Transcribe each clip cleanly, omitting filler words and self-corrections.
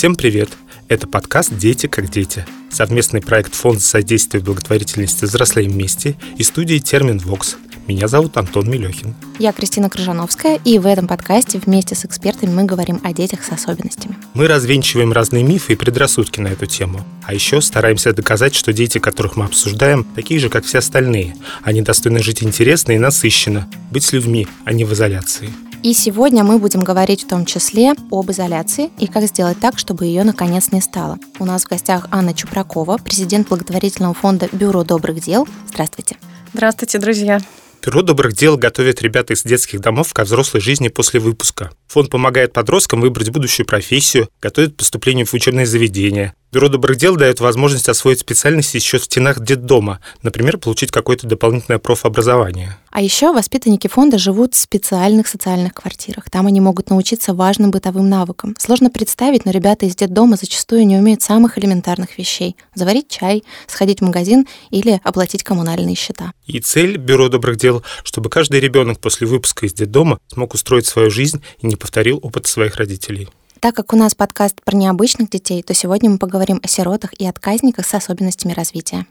Всем привет! Это подкаст «Дети как дети». Совместный проект Фонда содействия благотворительности «Взрослеем вместе» и студии «Терминвокс». Меня зовут Антон Милехин. Я Кристина Крыжановская, и в этом подкасте вместе с экспертами мы говорим о детях с особенностями. Мы развенчиваем разные мифы и предрассудки на эту тему. А еще стараемся доказать, что дети, которых мы обсуждаем, такие же, как все остальные. Они достойны жить интересно и насыщенно, быть с людьми, а не в изоляции. И сегодня мы будем говорить в том числе об изоляции и как сделать так, чтобы ее наконец не стало. У нас в гостях Анна Чупракова, президент благотворительного фонда «Бюро добрых дел». Здравствуйте. Здравствуйте, друзья. Бюро добрых дел готовит ребят из детских домов ко взрослой жизни после выпуска. Фонд помогает подросткам выбрать будущую профессию, готовит к поступлению в учебные заведения. Бюро добрых дел дает возможность освоить специальности еще в стенах детдома, например, получить какое-то дополнительное профобразование. А еще воспитанники фонда живут в специальных социальных квартирах. Там они могут научиться важным бытовым навыкам. Сложно представить, но ребята из детдома зачастую не умеют самых элементарных вещей: заварить чай, сходить в магазин или оплатить коммунальные счета. И цель Бюро добрых дел, чтобы каждый ребенок после выпуска из детдома смог устроить свою жизнь и не повторил опыт своих родителей. Так как у нас подкаст про необычных детей, то сегодня мы поговорим о сиротах и отказниках с особенностями развития.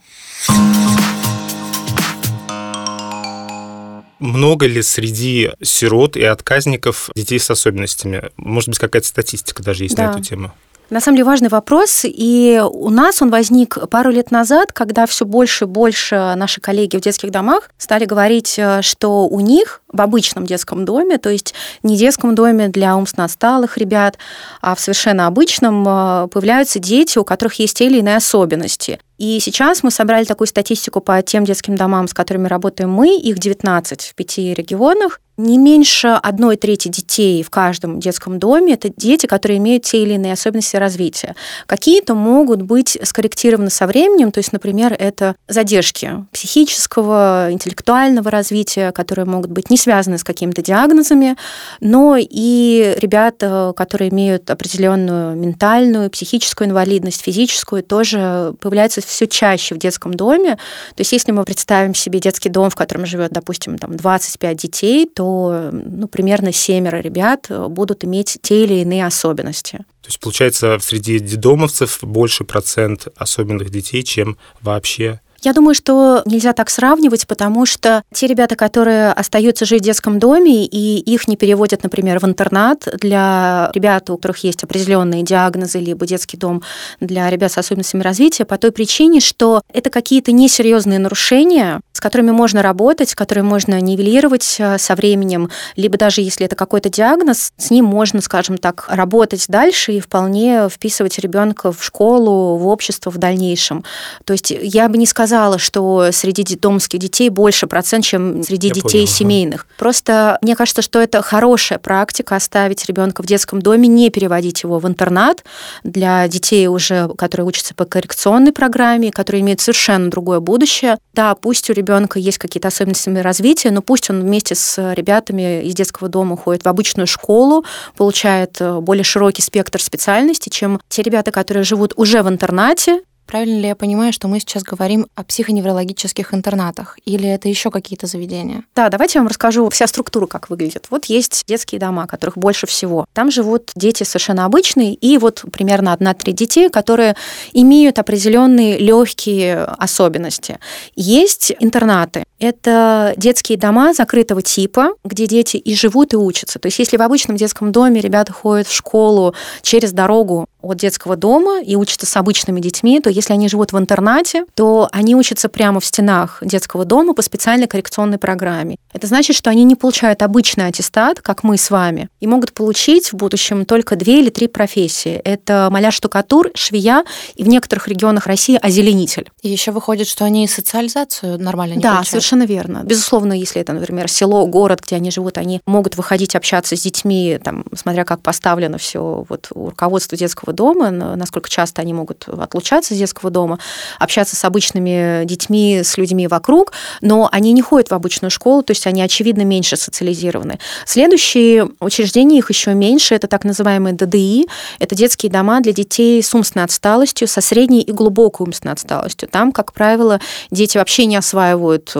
Много ли среди сирот и отказников детей с особенностями? Может быть, какая-то статистика даже есть на эту тему? На самом деле важный вопрос, и у нас он возник пару лет назад, когда все больше и больше наши коллеги в детских домах стали говорить, что у них в обычном детском доме, то есть не детском доме для умственно отсталых ребят, а в совершенно обычном, появляются дети, у которых есть те или иные особенности. И сейчас мы собрали такую статистику по тем детским домам, с которыми работаем мы, их 19 в 5 регионах. Не меньше 1/3 детей в каждом детском доме – это дети, которые имеют те или иные особенности развития. Какие-то могут быть скорректированы со временем, то есть, например, это задержки психического, интеллектуального развития, которые могут быть не связаны с какими-то диагнозами, но и ребята, которые имеют определенную ментальную, психическую инвалидность, физическую, тоже появляются все чаще в детском доме. То есть, если мы представим себе детский дом, в котором живет, допустим, 25 детей, то примерно 7 ребят будут иметь те или иные особенности. То есть, получается, среди детдомовцев больше процент особенных детей, чем вообще. Я думаю, что нельзя так сравнивать, потому что те ребята, которые остаются жить в детском доме, и их не переводят, например, в интернат для ребят, у которых есть определенные диагнозы, либо детский дом для ребят с особенностями развития, по той причине, что это какие-то несерьезные нарушения, с которыми можно работать, которые можно нивелировать со временем, либо даже если это какой-то диагноз, с ним можно, скажем так, работать дальше и вполне вписывать ребенка в школу, в общество в дальнейшем. То есть я бы не сказала, что среди детдомских детей больше процент, чем среди детей семейных. Просто мне кажется, что это хорошая практика оставить ребенка в детском доме, не переводить его в интернат для детей уже, которые учатся по коррекционной программе, которые имеют совершенно другое будущее. Да, пусть у ребенка есть какие-то особенности развития, но пусть он вместе с ребятами из детского дома ходит в обычную школу, получает более широкий спектр специальностей, чем те ребята, которые живут уже в интернате. Правильно ли я понимаю, что мы сейчас говорим о психоневрологических интернатах, или это еще какие-то заведения? Да, давайте я вам расскажу вся структура, как выглядит. Вот есть детские дома, которых больше всего. Там живут дети совершенно обычные, и вот примерно 1/3 детей, которые имеют определенные легкие особенности. Есть интернаты. Это детские дома закрытого типа, где дети и живут, и учатся. То есть если в обычном детском доме ребята ходят в школу через дорогу от детского дома и учатся с обычными детьми, то если они живут в интернате, то они учатся прямо в стенах детского дома по специальной коррекционной программе. Это значит, что они не получают обычный аттестат, как мы с вами, и могут получить в будущем только 2 или 3 профессии. Это маляр-штукатур, швея и в некоторых регионах России озеленитель. И еще выходит, что они социализацию нормально не получают. Да, совершенно верно. Безусловно, если это, например, село, город, где они живут, они могут выходить, общаться с детьми, смотря как поставлено все у руководства детского дома, насколько часто они могут отлучаться из детского дома, общаться с обычными детьми, с людьми вокруг, но они не ходят в обычную школу, то есть они, очевидно, меньше социализированы. Следующие учреждения, их еще меньше, это так называемые ДДИ, это детские дома для детей с умственной отсталостью, со средней и глубокой умственной отсталостью. Там, как правило, дети вообще не осваивают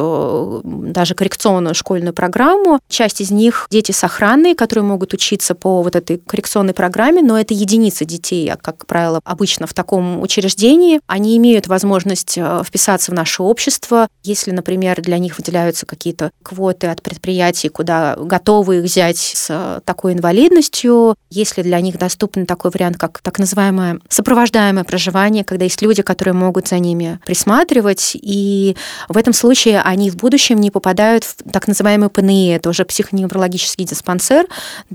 даже коррекционную школьную программу. Часть из них дети сохранные, которые могут учиться по этой коррекционной программе, но это единицы детей детей, как правило, обычно в таком учреждении, они имеют возможность вписаться в наше общество. Если, например, для них выделяются какие-то квоты от предприятий, куда готовы их взять с такой инвалидностью, если для них доступен такой вариант, как так называемое сопровождаемое проживание, когда есть люди, которые могут за ними присматривать, и в этом случае они в будущем не попадают в так называемый ПНИ, это уже психоневрологический диспансер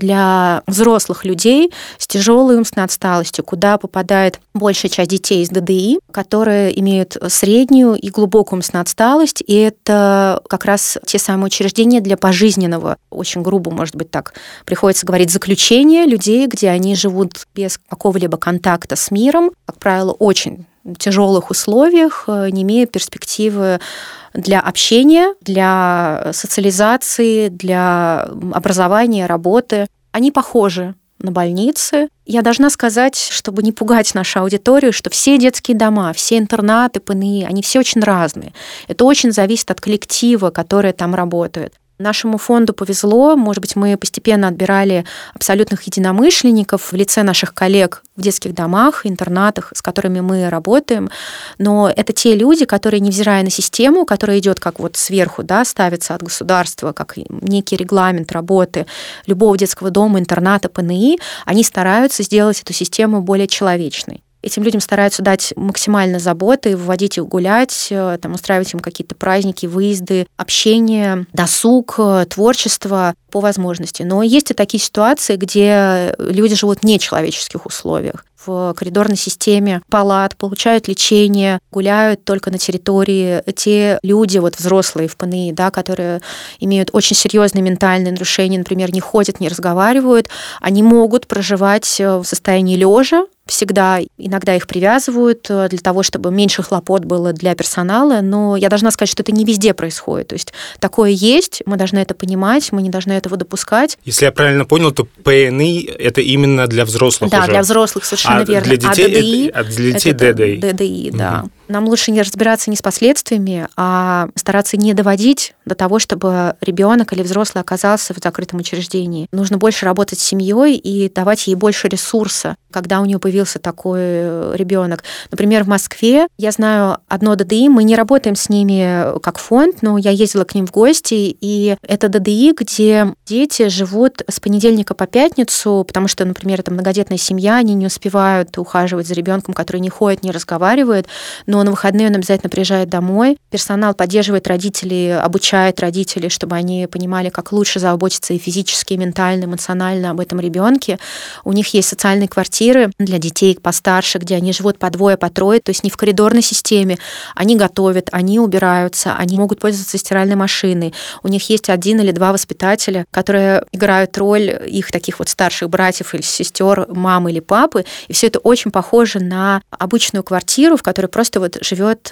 для взрослых людей с тяжелой умственной отсталостью, куда попадает большая часть детей из ДДИ, которые имеют среднюю и глубокую умственную отсталость, и это как раз те самые учреждения для пожизненного, очень грубо, может быть, так приходится говорить, заключения людей, где они живут без какого-либо контакта с миром, как правило, очень тяжелых условиях, не имея перспективы для общения, для социализации, для образования, работы. Они похожи на больницы. Я должна сказать, чтобы не пугать нашу аудиторию, что все детские дома, все интернаты, ПНИ, они все очень разные. Это очень зависит от коллектива, который там работает. Нашему фонду повезло, может быть, мы постепенно отбирали абсолютных единомышленников в лице наших коллег в детских домах, интернатах, с которыми мы работаем, но это те люди, которые, невзирая на систему, которая идет как вот сверху, да, ставится от государства, как некий регламент работы любого детского дома, интерната, ПНИ, они стараются сделать эту систему более человечной. Этим людям стараются дать максимально заботы, выводить их гулять, там, устраивать им какие-то праздники, выезды, общение, досуг, творчество по возможности. Но есть и такие ситуации, где люди живут в нечеловеческих условиях. В коридорной системе палат, получают лечение, гуляют только на территории. Те люди, вот взрослые в ПНИ, да, которые имеют очень серьезные ментальные нарушения, например, не ходят, не разговаривают, они могут проживать в состоянии лежа, всегда, иногда их привязывают для того, чтобы меньше хлопот было для персонала, но я должна сказать, что это не везде происходит. То есть такое есть, мы должны это понимать, мы не должны этого допускать. Если я правильно понял, то ПНИ – это именно для взрослых да, уже? Да, для взрослых, совершенно верно. Для детей, для детей ДДИ? ДДИ, да. Нам лучше не разбираться не с последствиями, а стараться не доводить до того, чтобы ребенок или взрослый оказался в закрытом учреждении. Нужно больше работать с семьей и давать ей больше ресурса, когда у нее появился такой ребенок. Например, в Москве я знаю одно ДДИ, мы не работаем с ними как фонд, но я ездила к ним в гости, и это ДДИ, где дети живут с понедельника по пятницу, потому что, например, это многодетная семья, они не успевают ухаживать за ребенком, который не ходит, не разговаривает, но на выходные он обязательно приезжает домой. Персонал поддерживает родителей, обучает родителей, чтобы они понимали, как лучше заботиться и физически, и ментально, эмоционально об этом ребенке. У них есть социальные квартиры для детей постарше, где они живут по двое, по трое, то есть не в коридорной системе. Они готовят, они убираются, они могут пользоваться стиральной машиной. У них есть 1 или 2 воспитателя, которые играют роль их таких вот старших братьев или сестер, мамы или папы. И все это очень похоже на обычную квартиру, в которой просто вот живет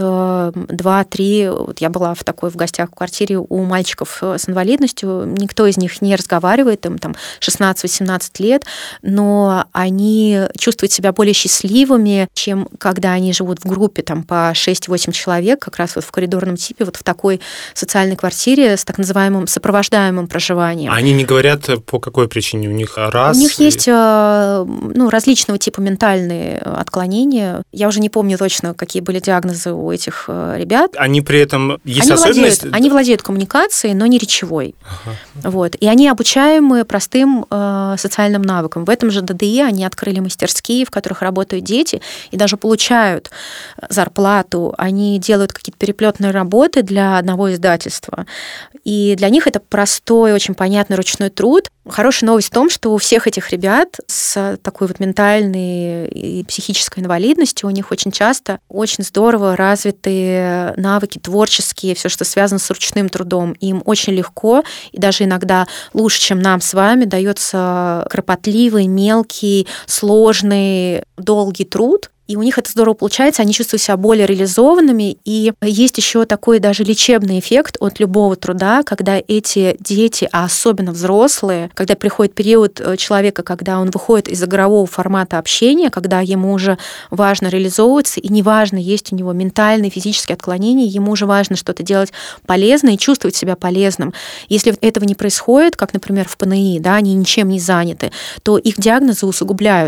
2-3. Вот я была в гостях в квартире у мальчиков с инвалидностью. Никто из них не разговаривает, им там 16-18 лет, но они чувствуют себя более счастливыми, чем когда они живут в группе там по 6-8 человек, как раз вот в коридорном типе, вот в такой социальной квартире с так называемым сопровождаемым проживанием. Они не говорят, по какой причине? У них раз? У них есть различного типа ментальные отклонения. Я уже не помню точно, какие были диагнозы у этих ребят. Они при этом... Есть особенность? Они владеют коммуникацией, но не речевой. Ага. Вот. И они обучаемы простым социальным навыкам. В этом же ДДИ они открыли мастерские, в которых работают дети, и даже получают зарплату. Они делают какие-то переплетные работы для одного издательства. И для них это простой, очень понятный ручной труд. Хорошая новость в том, что у всех этих ребят с такой вот ментальной и психической инвалидностью у них очень часто очень здорово развитые навыки творческие, все, что связано с ручным трудом. Им очень легко, и даже иногда лучше, чем нам с вами, дается кропотливый, мелкий, сложный, долгий труд. И у них это здорово получается, они чувствуют себя более реализованными. И есть еще такой даже лечебный эффект от любого труда, когда эти дети, а особенно взрослые, когда приходит период человека, когда он выходит из игрового формата общения, когда ему уже важно реализовываться, и неважно, есть у него ментальные, физические отклонения, ему уже важно что-то делать полезное и чувствовать себя полезным. Если этого не происходит, как, например, в ПНИ, да, они ничем не заняты, то их диагнозы усугубляются.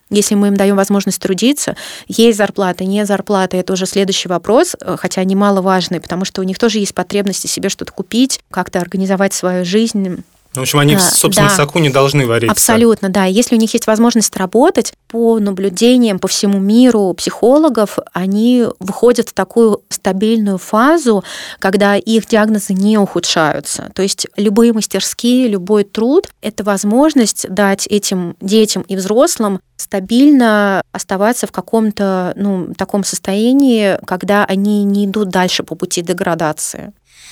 Если мы им даем возможность трудиться, есть зарплата, нет зарплаты, это уже следующий вопрос, хотя немаловажный, потому что у них тоже есть потребности себе что-то купить, как-то организовать свою жизнь. В общем, они в собственном соку не должны вариться. Абсолютно, да. Если у них есть возможность работать, по наблюдениям по всему миру психологов, они выходят в такую стабильную фазу, когда их диагнозы не ухудшаются. То есть любые мастерские, любой труд – это возможность дать этим детям и взрослым стабильно оставаться в каком-то таком состоянии, когда они не идут дальше по пути деградации.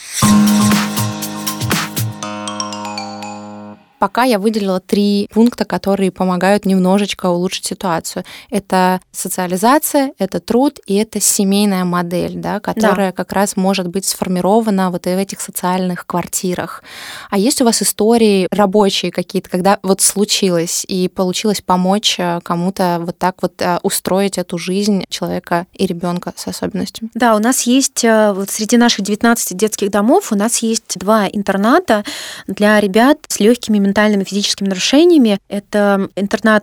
Пока я выделила 3 пункта, которые помогают немножечко улучшить ситуацию. Это социализация, это труд и это семейная модель, да, которая как раз может быть сформирована вот в этих социальных квартирах. А есть у вас истории рабочие какие-то, когда вот случилось и получилось помочь кому-то вот так вот устроить эту жизнь человека и ребенка с особенностями? Да, у нас есть вот среди наших 19 детских домов у нас есть 2 интерната для ребят с легкими ментальными физическими нарушениями. Это интернат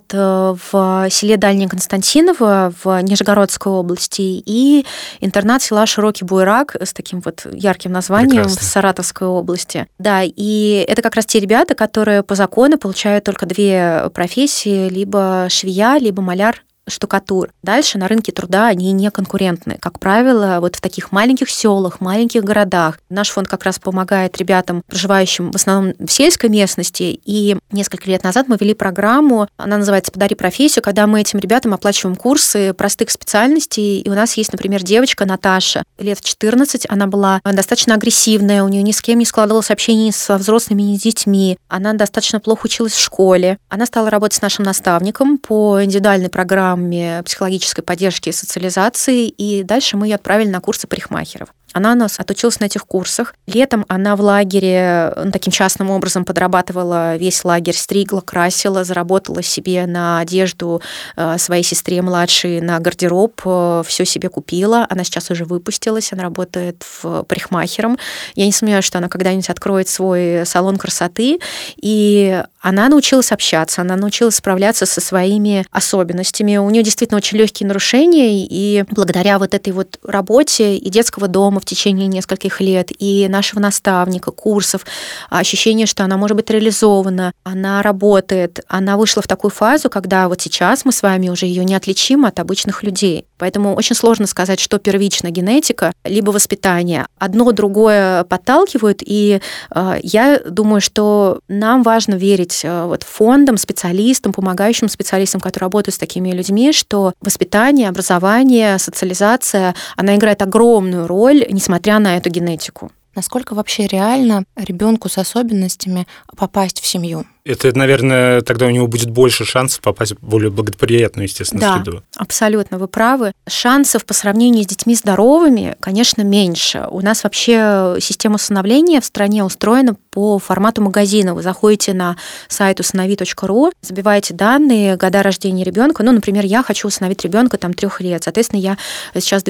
в селе Дальнее Константиново в Нижегородской области и интернат села Широкий Буйрак с таким вот ярким названием. Прекрасно. В Саратовской области. Да, и это как раз те ребята, которые по закону получают только 2 профессии, либо швея, либо маляр, штукатур. Дальше на рынке труда они не конкурентны. Как правило, вот в таких маленьких селах, маленьких городах наш фонд как раз помогает ребятам, проживающим в основном в сельской местности. И несколько лет назад мы вели программу, она называется «Подари профессию», когда мы этим ребятам оплачиваем курсы простых специальностей. И у нас есть, например, девочка Наташа, лет 14, она была достаточно агрессивная, у нее ни с кем не складывалось общение ни со взрослыми, ни с детьми. Она достаточно плохо училась в школе. Она стала работать с нашим наставником по индивидуальной программе психологической поддержки и социализации, и дальше мы ее отправили на курсы парикмахеров. Она у нас отучилась на этих курсах. Летом она в лагере таким частным образом подрабатывала весь лагерь, стригла, красила, заработала себе на одежду своей сестре младшей, на гардероб, все себе купила. Она сейчас уже выпустилась, она работает парикмахером. Я не сомневаюсь, что она когда-нибудь откроет свой салон красоты. И она научилась общаться, она научилась справляться со своими особенностями. У нее действительно очень легкие нарушения, и благодаря вот этой вот работе и детского дома в течение нескольких лет, и нашего наставника, курсов, ощущение, что она может быть реализована, она работает, она вышла в такую фазу, когда вот сейчас мы с вами уже ее не отличим от обычных людей. Поэтому очень сложно сказать, что первично генетика, либо воспитание. Одно другое подталкивают, и я думаю, что нам важно верить вот фондам, специалистам, помогающим специалистам, которые работают с такими людьми, что воспитание, образование, социализация, она играет огромную роль, несмотря на эту генетику. Насколько вообще реально ребенку с особенностями попасть в семью? Это, наверное, тогда у него будет больше шансов попасть в более благоприятную, естественно, среду. Да, абсолютно, вы правы. Шансов по сравнению с детьми здоровыми, конечно, меньше. У нас вообще система усыновления в стране устроена по формату магазина. Вы заходите на сайт усынови.ру, забиваете данные, года рождения ребенка. Например, я хочу усыновить ребенка 3 лет. Соответственно, я сейчас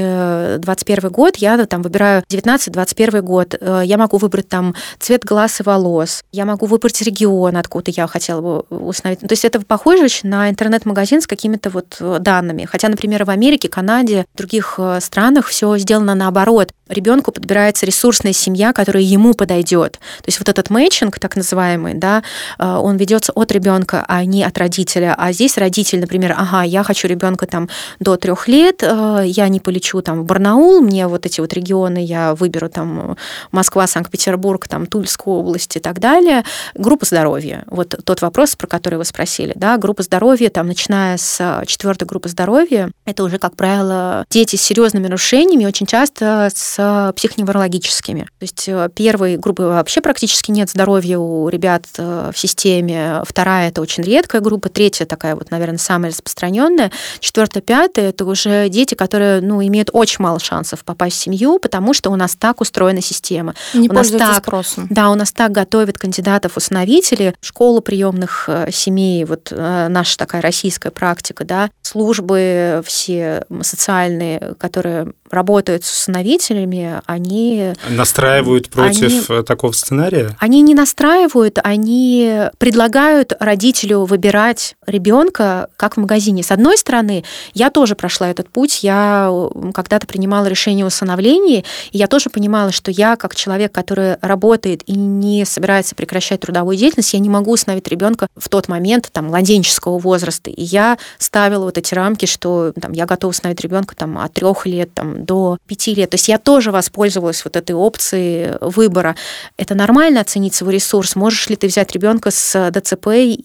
2021 год, я выбираю 19-21 год. Я могу выбрать цвет глаз и волос. Я могу выбрать регион, откуда я хотела бы установить. То есть это похоже на интернет-магазин с какими-то данными. Хотя, например, в Америке, Канаде, в других странах все сделано наоборот. Ребенку подбирается ресурсная семья, которая ему подойдет. То есть вот этот мэйчинг, так называемый, да, он ведется от ребенка, а не от родителя. А здесь родитель, например, я хочу ребенка до 3 лет, я не полечу в Барнаул, мне вот эти вот регионы я выберу Москва, Санкт-Петербург, Тульскую область и так далее. Группа здоровья. Вот тот вопрос, про который вы спросили, да, группа здоровья, начиная с 4-й группы здоровья, это уже, как правило, дети с серьезными нарушениями, очень часто с психоневрологическими. То есть 1-й группы вообще практически нет здоровья у ребят в системе, 2-я это очень редкая группа, 3-я такая наверное, самая распространенная, 4-я, 5-я это уже дети, которые, имеют очень мало шансов попасть в семью, потому что у нас так устроена система. Не пользуются спросом. Да, у нас так готовят кандидатов-усыновителей, школу приемных семей, наша такая российская практика, да, службы все социальные, которые работают с усыновителями, родителями, они... Настраивают против такого сценария? Они не настраивают, они предлагают родителю выбирать ребенка как в магазине. С одной стороны, я тоже прошла этот путь, я когда-то принимала решение о усыновлении, и я тоже понимала, что я, как человек, который работает и не собирается прекращать трудовую деятельность, я не могу усыновить ребенка в тот момент младенческого возраста. И я ставила вот эти рамки, что я готова усыновить ребенка от 3 лет до 5 лет. То есть я тоже воспользовалась вот этой опцией выбора. Это нормально оценить свой ресурс. Можешь ли ты взять ребенка с ДЦП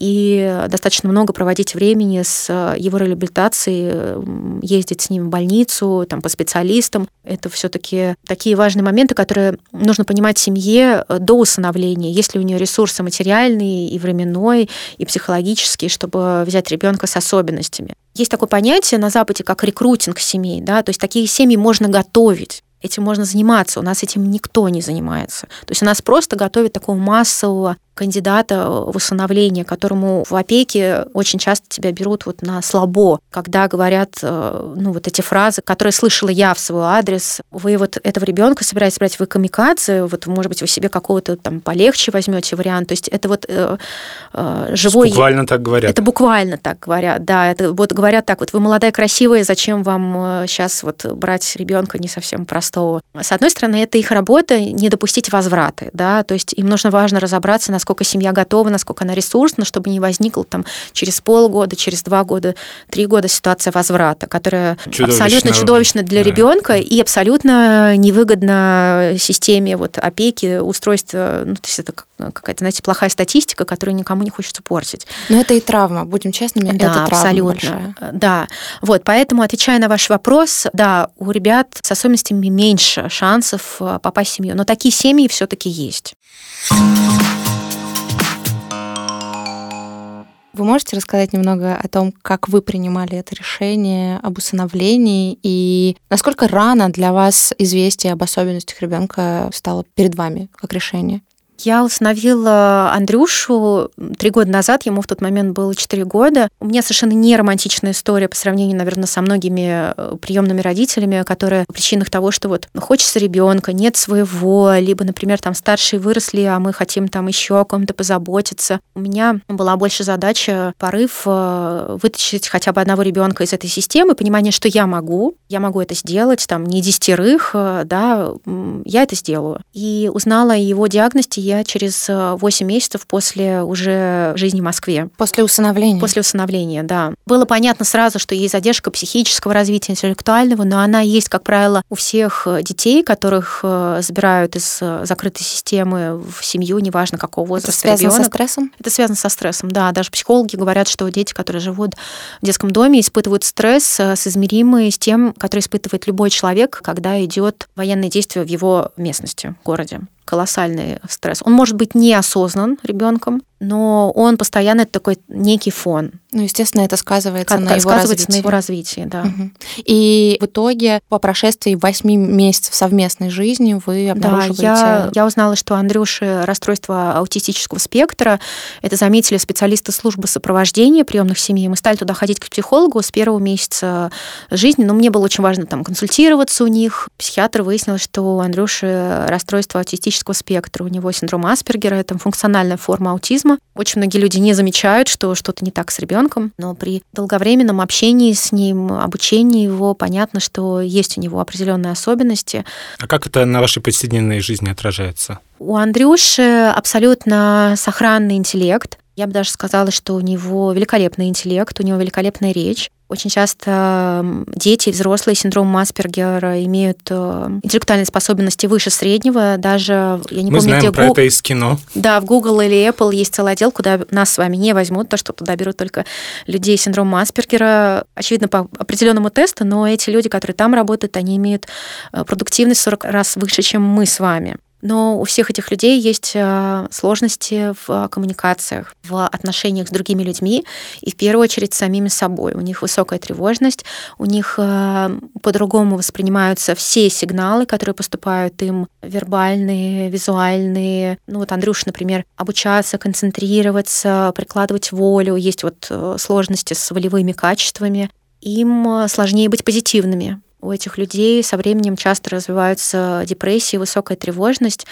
и достаточно много проводить времени с его реабилитацией, ездить с ним в больницу, по специалистам. Это все-таки такие важные моменты, которые нужно понимать семье до усыновления. Есть ли у нее ресурсы материальный и временной, и психологический, чтобы взять ребенка с особенностями. Есть такое понятие на Западе, как рекрутинг семей, то есть такие семьи можно готовить. Этим можно заниматься. У нас этим никто не занимается. То есть у нас просто готовят такого массового кандидата в усыновление, которому в опеке очень часто тебя берут на слабо, когда говорят вот эти фразы, которые слышала я в свой адрес. Вы этого ребенка собираетесь брать, вы камикадзе, может быть, вы себе какого-то полегче возьмете вариант. То есть это живой... Буквально так говорят. Это буквально так говорят, да. Это говорят так, вы молодая, красивая, зачем вам сейчас брать ребенка не совсем простого. С одной стороны, это их работа не допустить возврата, то есть им важно разобраться, насколько семья готова, насколько она ресурсна, чтобы не возникла через полгода, через 2 года, 3 года ситуация возврата, которая абсолютно чудовищна для ребенка и абсолютно невыгодна системе опеки, устройства. То есть это какая-то, плохая статистика, которую никому не хочется портить. Но это и травма, будем честными, да, это травма абсолютно большая. Да, поэтому, отвечая на ваш вопрос, да, у ребят с особенностями меньше шансов попасть в семью, но такие семьи все-таки есть. Вы можете рассказать немного о том, как вы принимали это решение об усыновлении и насколько рано для вас известие об особенностях ребенка стало перед вами как решение? Я усыновила Андрюшу 3 года назад, ему в тот момент было 4 года. У меня совершенно не романтичная история по сравнению, наверное, со многими приемными родителями, которые в причинах того, что хочется ребенка, нет своего, либо, например, старшие выросли, а мы хотим еще о ком-то позаботиться. У меня была больше задача, порыв вытащить хотя бы одного ребенка из этой системы, понимание, что я могу это сделать, не 10, да, я это сделаю. И узнала о его диагносте я через 8 месяцев после уже жизни в Москве. После усыновления? После усыновления, да. Было понятно сразу, что есть задержка психического развития, интеллектуального, но она есть, как правило, у всех детей, которых забирают из закрытой системы в семью, неважно какого возраста ребенок. Это связано со стрессом? Это связано со стрессом, да. Даже психологи говорят, что дети, которые живут в детском доме, испытывают стресс, соизмеримый с тем, который испытывает любой человек, когда идет военное действие в его местности, в городе. Колоссальный стресс. Он может быть неосознан ребенком, но он постоянно это такой некий фон. Естественно, это сказывается на его развитии. Да. Угу. И в итоге по прошествии 8 месяцев совместной жизни вы обнаруживаете... Да, я узнала, что у Андрюши расстройство аутистического спектра. Это заметили специалисты службы сопровождения приемных семей. Мы стали туда ходить к психологу с 1 месяца жизни, но мне было очень важно консультироваться у них. Психиатр выяснил, что у Андрюши расстройство аутистического спектра. У него синдром Аспергера, это функциональная форма аутизма. Очень многие люди не замечают, что что-то не так с ребенком, но при долговременном общении с ним, обучении его, понятно, что есть у него определенные особенности. А как это на вашей повседневной жизни отражается? У Андрюши абсолютно сохранный интеллект. Я бы даже сказала, что у него великолепный интеллект, у него великолепная речь. Очень часто дети и взрослые с синдромом Аспергера имеют интеллектуальные способности выше среднего. Даже, я не помню, знаем где про это из кино. Да, в Google или Apple есть целый отдел, куда нас с вами не возьмут, то что туда берут только людей с синдромом Аспергера. Очевидно, по определенному тесту, но эти люди, которые там работают, они имеют продуктивность 40 раз выше, чем мы с вами. Но у всех этих людей есть сложности в коммуникациях, в отношениях с другими людьми и, в первую очередь, с самими собой. У них высокая тревожность, у них по-другому воспринимаются все сигналы, которые поступают им, вербальные, визуальные. Андрюша, например, обучаться, концентрироваться, прикладывать волю. Есть сложности с волевыми качествами. Им сложнее быть позитивными. У этих людей со временем часто развиваются депрессии, высокая тревожность,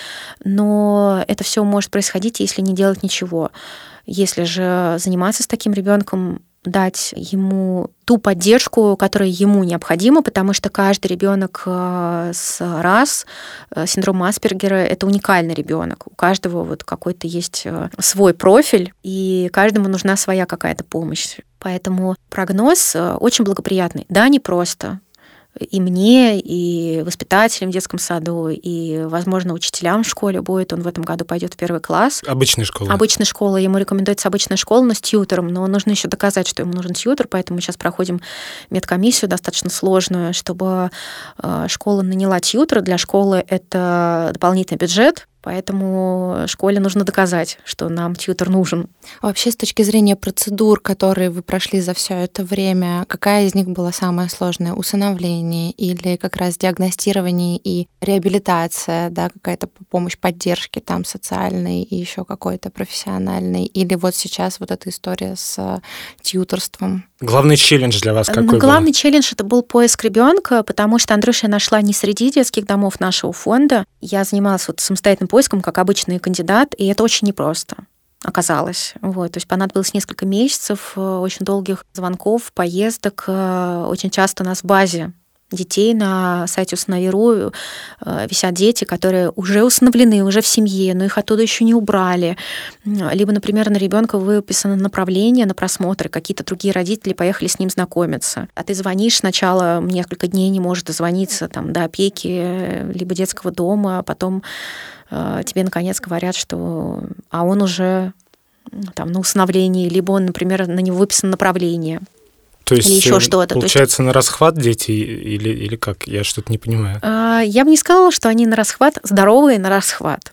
но это все может происходить, если не делать ничего. Если же заниматься с таким ребенком, дать ему ту поддержку, которая ему необходима, потому что каждый ребенок с РАС, синдром Аспергера, это уникальный ребенок. У каждого вот какой-то есть свой профиль, и каждому нужна своя какая-то помощь. Поэтому прогноз очень благоприятный. Да, непросто. И мне, и воспитателям в детском саду, и, возможно, учителям в школе будет. Он в этом году пойдет в 1 класс. Обычная школа. Обычная школа. Ему рекомендуется обычная школа, но с тьютором. Но нужно еще доказать, что ему нужен тьютор, поэтому мы сейчас проходим медкомиссию достаточно сложную, чтобы школа наняла тьютора. Для школы это дополнительный бюджет, поэтому школе нужно доказать, что нам тьютор нужен. Вообще, с точки зрения процедур, которые вы прошли за все это время, какая из них была самая сложная? Усыновление или как раз диагностирование и реабилитация, да, какая-то помощь поддержки там социальной и еще какой-то профессиональной? Или вот сейчас вот эта история с тьюторством? Главный челлендж для вас какой был? Главный челлендж это был поиск ребенка, потому что Андрюшу я нашла не среди детских домов нашего фонда. Я занималась вот самостоятельным поиском, как обычный кандидат, и это очень непросто оказалось. Вот. То есть понадобилось несколько месяцев, очень долгих звонков, поездок. Очень часто у нас в базе детей на сайте Усынови.ру висят дети, которые уже усыновлены, уже в семье, но их оттуда еще не убрали. Либо, например, на ребенка выписано направление на просмотр, какие-то другие родители поехали с ним знакомиться. А ты звонишь сначала, несколько дней не может дозвониться там, до опеки, либо детского дома, а потом тебе, наконец, говорят, что он уже там, на усыновлении, либо он, например, на него выписано направление. То есть, или еще что-то. Получается, на расхват дети или как? Я что-то не понимаю. Я бы не сказала, что они на расхват, здоровые на расхват.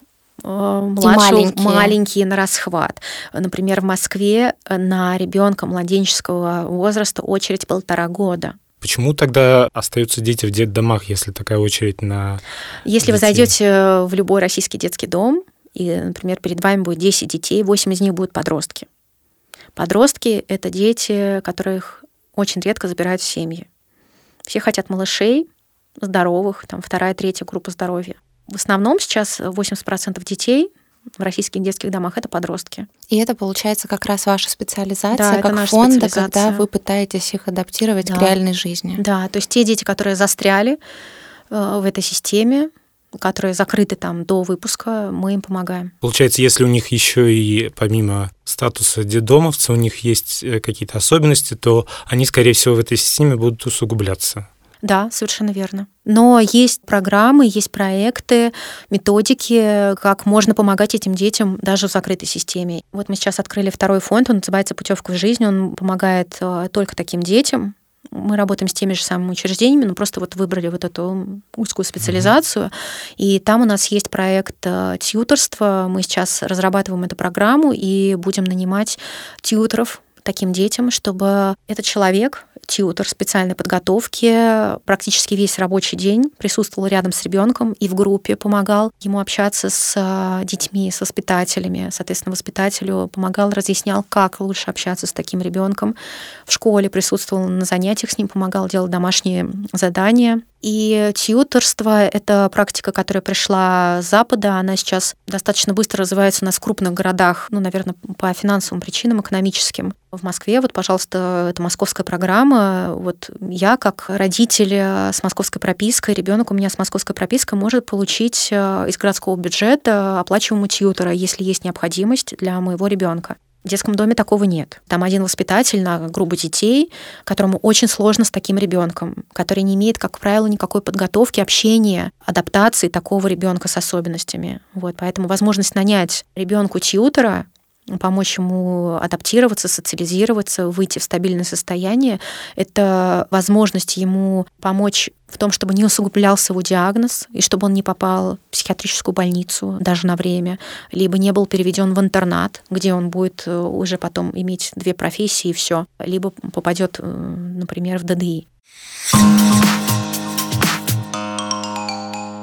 Младшие, маленькие на расхват. Например, в Москве на ребенка младенческого возраста очередь 1,5 года. Почему тогда остаются дети в детдомах, если такая очередь на Если детей? Вы зайдете в любой российский детский дом, и, например, перед вами будет 10 детей, 8 из них будут подростки. Подростки — это дети, которых очень редко забирают в семьи. Все хотят малышей, здоровых, там 2-я, 3-я группа здоровья. В основном сейчас 80% детей в российских детских домах — это подростки. И это, получается, как раз ваша специализация, да, как фонда, когда вы пытаетесь их адаптировать к реальной жизни. Да, то есть те дети, которые застряли в этой системе, которые закрыты там до выпуска, мы им помогаем. Получается, если у них еще и помимо статуса детдомовца у них есть какие-то особенности, то они, скорее всего, в этой системе будут усугубляться. Да, совершенно верно. Но есть программы, есть проекты, методики, как можно помогать этим детям даже в закрытой системе. Вот мы сейчас открыли 2-й фонд, он называется «Путевка в жизнь», он помогает только таким детям. Мы работаем с теми же самыми учреждениями, но просто вот выбрали вот эту узкую специализацию. И там у нас есть проект тьюторства. Мы сейчас разрабатываем эту программу и будем нанимать тьюторов таким детям, чтобы этот человек, тьютор специальной подготовки, практически весь рабочий день присутствовал рядом с ребенком и в группе помогал ему общаться с детьми, с воспитателями. Соответственно, воспитателю помогал, разъяснял, как лучше общаться с таким ребенком. В школе присутствовал на занятиях с ним, помогал делать домашние задания. И тьюторство — это практика, которая пришла с Запада. Она сейчас достаточно быстро развивается у нас в крупных городах, наверное, по финансовым причинам, экономическим. В Москве, вот, пожалуйста, это московская программа. Вот я, как родитель с московской пропиской, ребенок у меня с московской пропиской может получить из городского бюджета оплачиваемого тьютора, если есть необходимость для моего ребенка. В детском доме такого нет. Там один воспитатель на группу детей, которому очень сложно с таким ребенком, который не имеет, как правило, никакой подготовки, общения, адаптации такого ребенка с особенностями. Вот, поэтому возможность нанять ребенку тьютора, помочь ему адаптироваться, социализироваться, выйти в стабильное состояние, это возможность ему помочь в том, чтобы не усугублялся его диагноз, и чтобы он не попал в психиатрическую больницу даже на время, либо не был переведен в интернат, где он будет уже потом иметь 2 профессии и все, либо попадет, например, в ДДИ.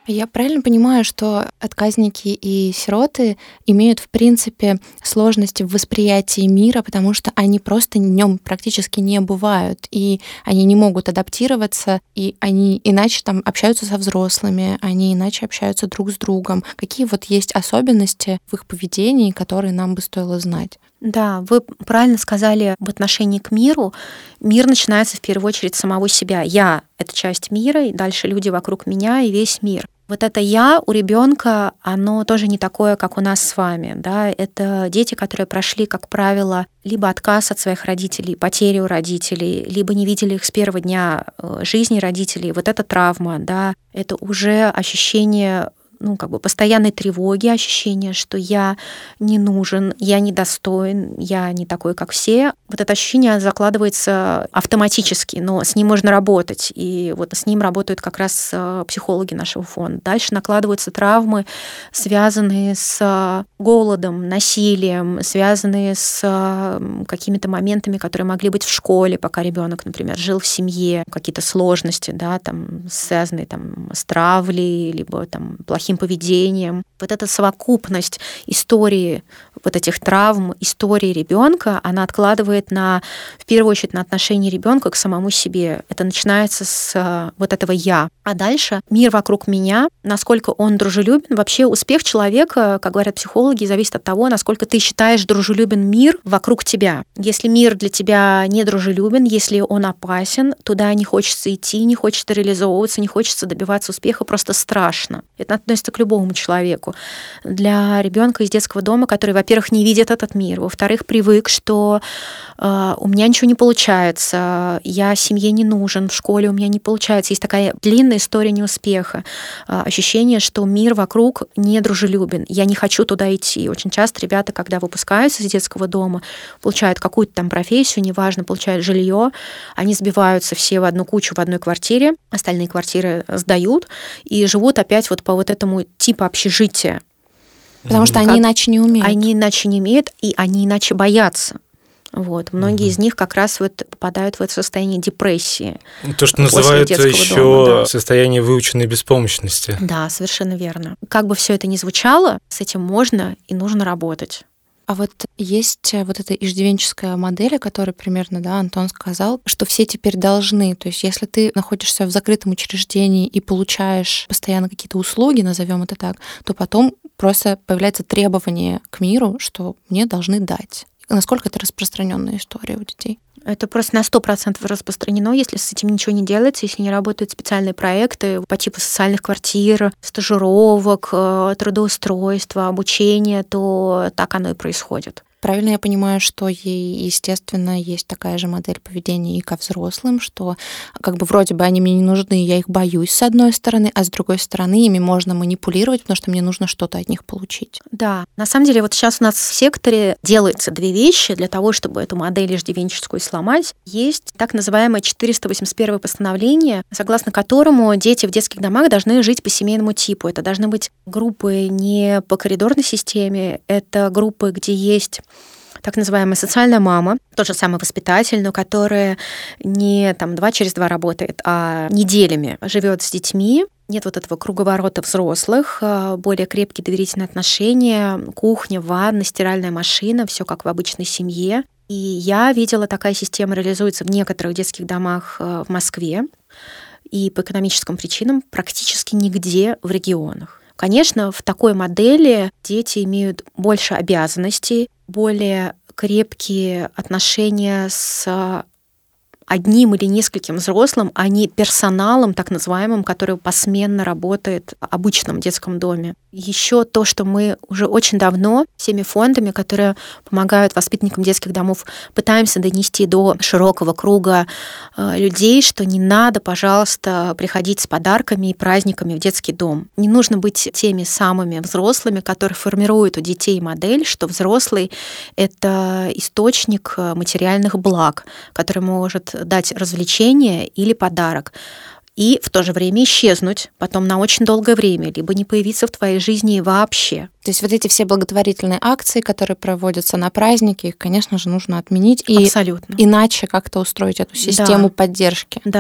Я правильно понимаю, что отказники и сироты имеют, в принципе, сложности в восприятии мира, потому что они просто в нем практически не бывают, и они не могут адаптироваться, и они иначе там общаются со взрослыми, они иначе общаются друг с другом. Какие вот есть особенности в их поведении, которые нам бы стоило знать? Да, вы правильно сказали в отношении к миру. Мир начинается в первую очередь с самого себя. Я — это часть мира, и дальше люди вокруг меня и весь мир. Вот это «я» у ребенка, оно тоже не такое, как у нас с вами. Да? Это дети, которые прошли, как правило, либо отказ от своих родителей, потерю родителей, либо не видели их с первого дня жизни родителей. Вот это травма, да? Это уже ощущение постоянной тревоги, ощущение, что я не нужен, я недостоин, я не такой, как все. Вот это ощущение закладывается автоматически, но с ним можно работать. И вот с ним работают как раз психологи нашего фонда. Дальше накладываются травмы, связанные с голодом, насилием, связанные с какими-то моментами, которые могли быть в школе, пока ребенок, например, жил в семье, какие-то сложности, да, связанные с травлей, либо плохим поведением. Вот эта совокупность истории вот этих травм, истории ребенка, она откладывает в первую очередь на отношение ребенка к самому себе. Это начинается с вот этого «я». А дальше мир вокруг меня, насколько он дружелюбен. Вообще успех человека, как говорят психологи, зависит от того, насколько ты считаешь дружелюбен мир вокруг тебя. Если мир для тебя не дружелюбен, если он опасен, туда не хочется идти, не хочется реализовываться, не хочется добиваться успеха, просто страшно. Это относится к любому человеку. Для ребенка из детского дома, который, во-первых, не видит этот мир, во-вторых, привык, что у меня ничего не получается, я семье не нужен, в школе у меня не получается. Есть такая длинная история неуспеха, ощущение, что мир вокруг недружелюбен, я не хочу туда идти. Очень часто ребята, когда выпускаются из детского дома, получают какую-то там профессию, неважно, получают жилье, они сбиваются все в одну кучу в одной квартире, остальные квартиры сдают и живут опять вот по вот этому типу общежития. Потому что они иначе не умеют. Они иначе не умеют, и они иначе боятся. Вот. Многие из них как раз попадают в это состояние депрессии. То, что называют еще состояние выученной беспомощности. Да, совершенно верно. Как бы все это ни звучало, с этим можно и нужно работать. А вот есть вот эта иждивенческая модель, о которой примерно, Антон сказал, что все теперь должны. То есть если ты находишься в закрытом учреждении и получаешь постоянно какие-то услуги, назовем это так, то потом просто появляется требование к миру, что мне должны дать. Насколько это распространенная история у детей? Это просто на 100% распространено, если с этим ничего не делается, если не работают специальные проекты по типу социальных квартир, стажировок, трудоустройства, обучения, то так оно и происходит. Правильно я понимаю, что естественно, есть такая же модель поведения и ко взрослым, что вроде бы они мне не нужны, я их боюсь с одной стороны, а с другой стороны ими можно манипулировать, потому что мне нужно что-то от них получить. Да, на самом деле вот сейчас у нас в секторе делается две вещи для того, чтобы эту модель иждивенческую сломать. Есть так называемое 481 постановление, согласно которому дети в детских домах должны жить по семейному типу. Это должны быть группы не по коридорной системе, это группы, где есть так называемая социальная мама, тот же самый воспитатель, но которая не 2 через 2 работает, а неделями живет с детьми. Нет вот этого круговорота взрослых, более крепкие доверительные отношения, кухня, ванна, стиральная машина, все как в обычной семье. И я видела, такая система реализуется в некоторых детских домах в Москве и по экономическим причинам практически нигде в регионах. Конечно, в такой модели дети имеют больше обязанностей, более крепкие отношения с одним или нескольким взрослым, а не персоналом, так называемым, который посменно работает в обычном детском доме. Еще то, что мы уже очень давно всеми фондами, которые помогают воспитанникам детских домов, пытаемся донести до широкого круга людей, что не надо, пожалуйста, приходить с подарками и праздниками в детский дом. Не нужно быть теми самыми взрослыми, которые формируют у детей модель, что взрослый — это источник материальных благ, который может дать развлечение или подарок, и в то же время исчезнуть потом на очень долгое время, либо не появиться в твоей жизни вообще. То есть вот эти все благотворительные акции, которые проводятся на праздники, их, конечно же, нужно отменить. Абсолютно. И иначе как-то устроить эту систему поддержки. Да.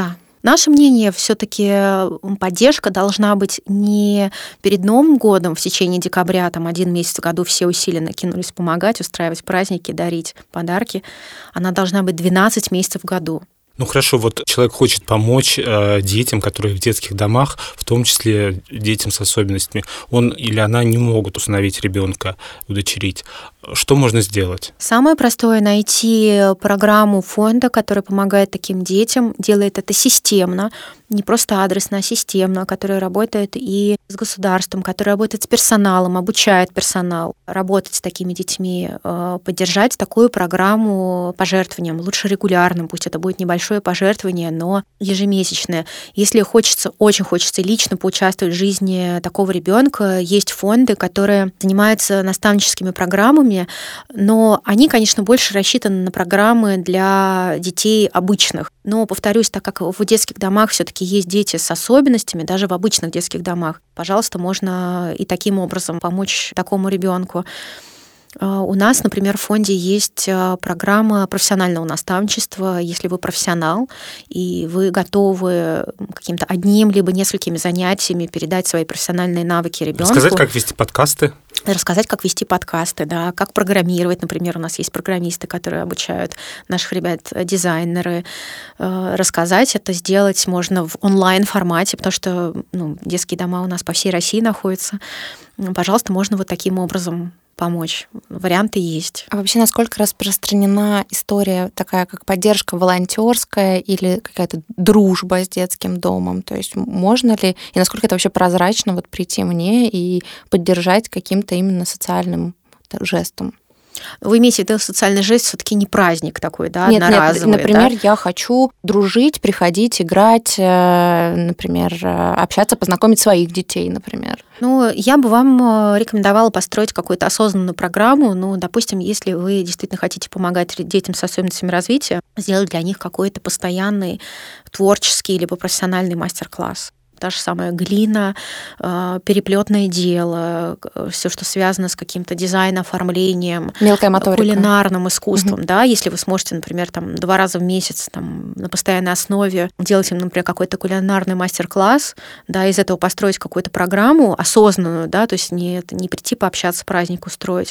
Наше мнение, все-таки поддержка должна быть не перед Новым годом в течение декабря, там 1 месяц в году все усиленно кинулись помогать, устраивать праздники, дарить подарки. Она должна быть 12 месяцев в году. Ну хорошо, вот человек хочет помочь детям, которые в детских домах, в том числе детям с особенностями. Он или она не могут усыновить ребенка, удочерить. Что можно сделать? Самое простое — найти программу фонда, которая помогает таким детям, делает это системно, не просто адресно, а системно, которая работает и с государством, которая работает с персоналом, обучает персонал работать с такими детьми, поддержать такую программу пожертвованием, лучше регулярным, пусть это будет небольшое пожертвование, но ежемесячное. Если хочется, очень хочется лично поучаствовать в жизни такого ребенка, есть фонды, которые занимаются наставническими программами, но они, конечно, больше рассчитаны на программы для детей обычных. Но, повторюсь, так как в детских домах все-таки есть дети с особенностями, даже в обычных детских домах, пожалуйста, можно и таким образом помочь такому ребенку. У нас, например, в фонде есть программа профессионального наставничества. Если вы профессионал, и вы готовы каким-то одним либо несколькими занятиями передать свои профессиональные навыки ребенку. Рассказать, как вести подкасты. Рассказать, как вести подкасты, да, как программировать. Например, у нас есть программисты, которые обучают наших ребят, дизайнеры. Рассказать это сделать можно в онлайн-формате, потому что детские дома у нас по всей России находятся. Пожалуйста, можно вот таким образом помочь. Варианты есть. А вообще, насколько распространена история такая, как поддержка волонтерская или какая-то дружба с детским домом? То есть можно ли, и насколько это вообще прозрачно вот прийти мне и поддержать каким-то именно социальным жестом? Вы имеете в виду социальный жест, все-таки не праздник такой, да, Нет, одноразовый? Например, да? Я хочу дружить, приходить, играть, например, общаться, познакомить своих детей, например. Я бы вам рекомендовала построить какую-то осознанную программу. Допустим, если вы действительно хотите помогать детям с особенностями развития, сделать для них какой-то постоянный творческий либо профессиональный мастер-класс. Та же самая глина, переплетное дело, все, что связано с каким-то дизайном, оформлением, мелкая моторика, кулинарным искусством. Да? Если вы сможете, например, 2 раза в месяц на постоянной основе делать им, например, какой-то кулинарный мастер-класс, да, из этого построить какую-то программу осознанную, да, то есть не прийти пообщаться, праздник устроить.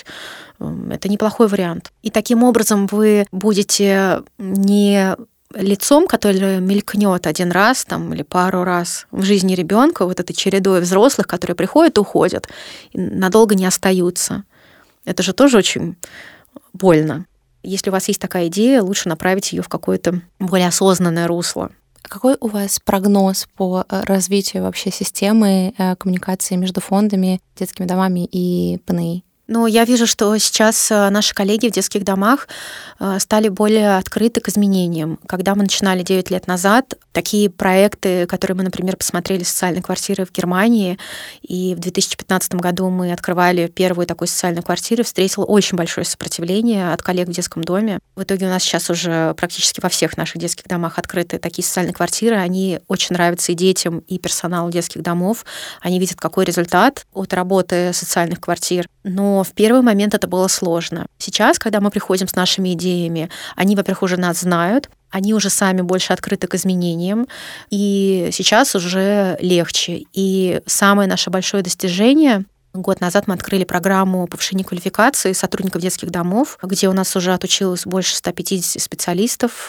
Это неплохой вариант. И таким образом вы будете не лицом, которое мелькнет один раз или пару раз в жизни ребенка, вот этой чередой взрослых, которые приходят и уходят, и надолго не остаются. Это же тоже очень больно. Если у вас есть такая идея, лучше направить ее в какое-то более осознанное русло. Какой у вас прогноз по развитию вообще системы коммуникации между фондами, детскими домами и ПНИ? Я вижу, что сейчас наши коллеги в детских домах стали более открыты к изменениям. Когда мы начинали 9 лет назад, такие проекты, которые мы, например, посмотрели социальные квартиры в Германии, и в 2015 году мы открывали первую такую социальную квартиру, встретила очень большое сопротивление от коллег в детском доме. В итоге у нас сейчас уже практически во всех наших детских домах открыты такие социальные квартиры. Они очень нравятся и детям, и персоналу детских домов. Они видят, какой результат от работы социальных квартир. Но в первый момент это было сложно. Сейчас, когда мы приходим с нашими идеями, они, во-первых, уже нас знают, они уже сами больше открыты к изменениям, и сейчас уже легче. И самое наше большое достижение — год назад мы открыли программу повышения квалификации сотрудников детских домов, где у нас уже отучилось больше 150 специалистов.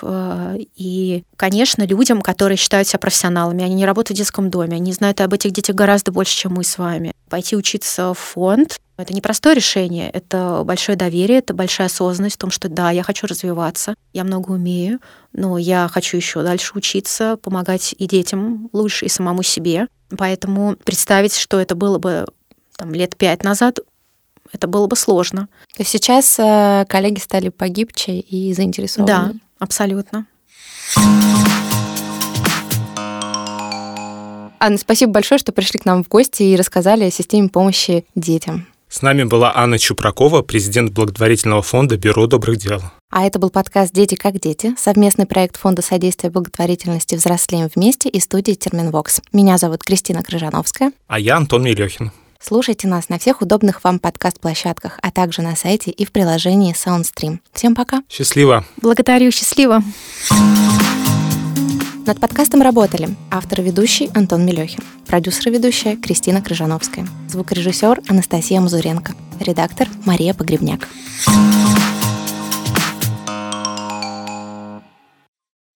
И, конечно, людям, которые считают себя профессионалами, они не работают в детском доме, они знают об этих детях гораздо больше, чем мы с вами. Пойти учиться в фонд — это непростое решение, это большое доверие, это большая осознанность в том, что да, я хочу развиваться, я много умею, но я хочу еще дальше учиться, помогать и детям лучше, и самому себе. Поэтому представить, что это было бы лет 5 назад, это было бы сложно. То есть сейчас коллеги стали погибче и заинтересованы? Да, абсолютно. Анна, спасибо большое, что пришли к нам в гости и рассказали о системе помощи детям. С нами была Анна Чупракова, президент благотворительного фонда «Бюро добрых дел». А это был подкаст «Дети как дети», совместный проект Фонда содействия благотворительности «Взрослеем вместе» и студии «Терминвокс». Меня зовут Кристина Крыжановская. А я Антон Мелехин. Слушайте нас на всех удобных вам подкаст-площадках, а также на сайте и в приложении SoundStream. Всем пока. Счастливо. Благодарю, счастливо. Над подкастом работали автор и ведущий Антон Мелехин, продюсер и ведущая Кристина Крыжановская, звукорежиссер Анастасия Мазуренко, редактор Мария Погребняк.